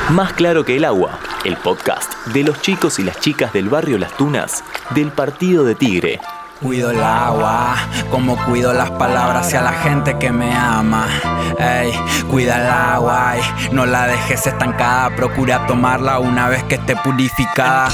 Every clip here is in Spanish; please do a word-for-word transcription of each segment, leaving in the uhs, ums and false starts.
Más claro que el agua, el podcast de los chicos y las chicas del barrio Las Tunas del Partido de Tigre. Cuido el agua, como cuido las palabras hacia la gente que me ama. Ey, cuida el agua, ey, no la dejes estancada, procura tomarla una vez que esté purificada.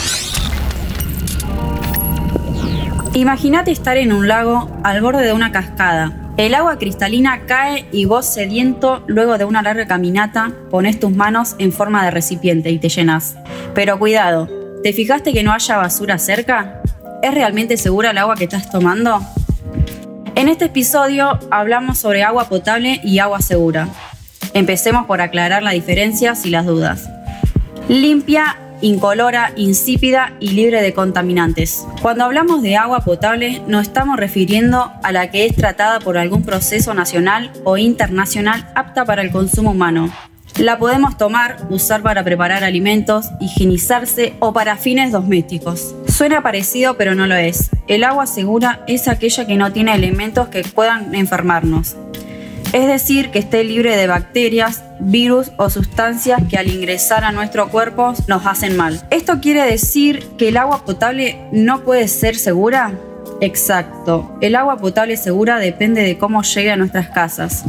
Imagínate estar en un lago al borde de una cascada. El agua cristalina cae y vos, sediento, luego de una larga caminata, pones tus manos en forma de recipiente y te llenas. Pero cuidado, ¿te fijaste que no haya basura cerca? ¿Es realmente segura el agua que estás tomando? En este episodio hablamos sobre agua potable y agua segura. Empecemos por aclarar las diferencias y las dudas. Limpia, incolora, insípida y libre de contaminantes. Cuando hablamos de agua potable, nos estamos refiriendo a la que es tratada por algún proceso nacional o internacional apta para el consumo humano. La podemos tomar, usar para preparar alimentos, higienizarse o para fines domésticos. Suena parecido, pero no lo es. El agua segura es aquella que no tiene elementos que puedan enfermarnos. Es decir, que esté libre de bacterias, virus o sustancias que al ingresar a nuestro cuerpo nos hacen mal. ¿Esto quiere decir que el agua potable no puede ser segura? Exacto. El agua potable segura depende de cómo llegue a nuestras casas.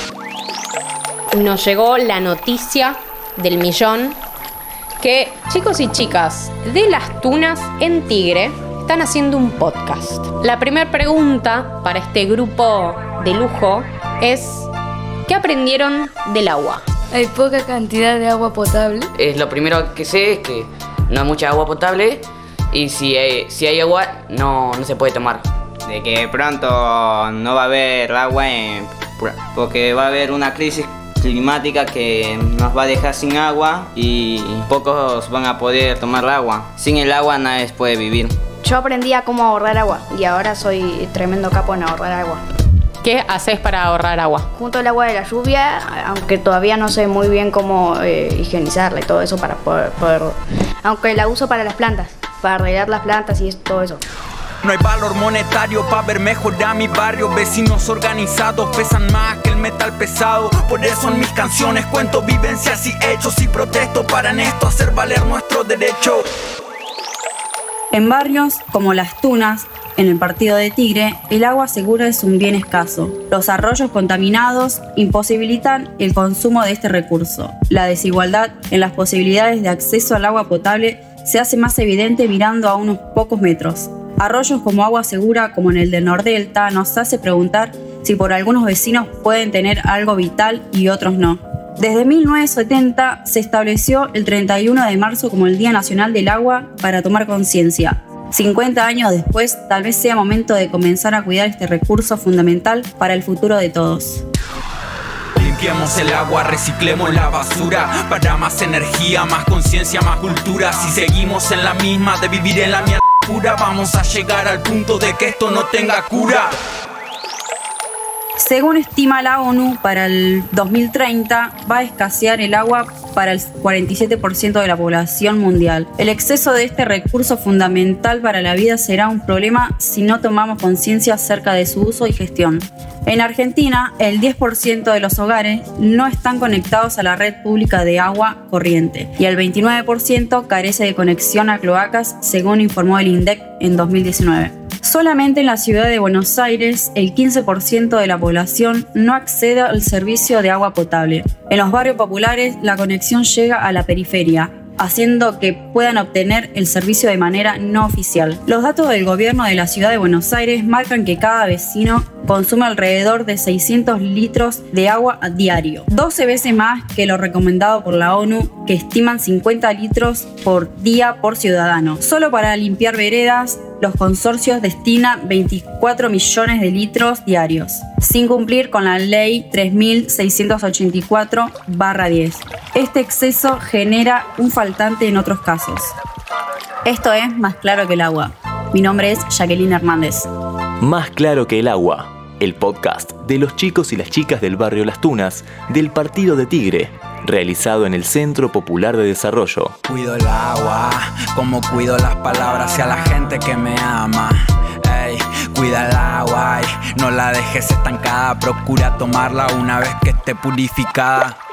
Nos llegó la noticia del millón que chicos y chicas de Las Tunas en Tigre están haciendo un podcast. La primera pregunta para este grupo de lujo es: ¿qué aprendieron del agua? Hay poca cantidad de agua potable. Es lo primero que sé es que no hay mucha agua potable y si hay, si hay agua no, no se puede tomar. De que pronto no va a haber agua en, porque va a haber una crisis climática que nos va a dejar sin agua y pocos van a poder tomar el agua. Sin el agua nadie puede vivir. Yo aprendí a cómo ahorrar agua y ahora soy tremendo capo en ahorrar agua. ¿Qué haces para ahorrar agua? Junto el agua de la lluvia, aunque todavía no sé muy bien cómo eh, higienizarla y todo eso para poder, poder... Aunque la uso para las plantas, para regar las plantas y todo eso. No hay valor monetario para ver mejor a mi barrio. Vecinos organizados pesan más que el metal pesado. Por eso en mis canciones cuento vivencias y hechos y protesto para en esto hacer valer nuestro derecho. En barrios como Las Tunas, en el Partido de Tigre, el agua segura es un bien escaso. Los arroyos contaminados imposibilitan el consumo de este recurso. La desigualdad en las posibilidades de acceso al agua potable se hace más evidente mirando a unos pocos metros. Arroyos como agua segura, como en el de Nordelta, nos hace preguntar si por algunos vecinos pueden tener algo vital y otros no. Desde mil novecientos setenta se estableció el treinta y uno de marzo como el Día Nacional del Agua para tomar conciencia. cincuenta años después, tal vez sea momento de comenzar a cuidar este recurso fundamental para el futuro de todos. Limpiemos el agua, reciclemos la basura para más energía, más conciencia, más cultura. Si seguimos en la misma de vivir en la mierda pura, vamos a llegar al punto de que esto no tenga cura. Según estima la ONU, para el dos mil treinta va a escasear el agua para el cuarenta y siete por ciento de la población mundial. El exceso de este recurso fundamental para la vida será un problema si no tomamos conciencia acerca de su uso y gestión. En Argentina, el diez por ciento de los hogares no están conectados a la red pública de agua corriente y el veintinueve por ciento carece de conexión a cloacas, según informó el INDEC en dos mil diecinueve. Solamente en la ciudad de Buenos Aires, el quince por ciento de la población no accede al servicio de agua potable. En los barrios populares, la conexión llega a la periferia, haciendo que puedan obtener el servicio de manera no oficial. Los datos del gobierno de la ciudad de Buenos Aires marcan que cada vecino consume alrededor de seiscientos litros de agua a diario, doce veces más que lo recomendado por la ONU, que estiman cincuenta litros por día por ciudadano. Solo para limpiar veredas, los consorcios destinan veinticuatro millones de litros diarios, sin cumplir con la ley tres mil seiscientos ochenta y cuatro barra diez. Este exceso genera un faltante en otros casos. Esto es Más Claro que el Agua. Mi nombre es Jacqueline Hernández. Más Claro que el Agua, el podcast de los chicos y las chicas del barrio Las Tunas del Partido de Tigre, realizado en el Centro Popular de Desarrollo. Cuido el agua, como cuido las palabras hacia la gente que me ama. Ey, cuida el agua, ey, no la dejes estancada, procura tomarla una vez que esté purificada.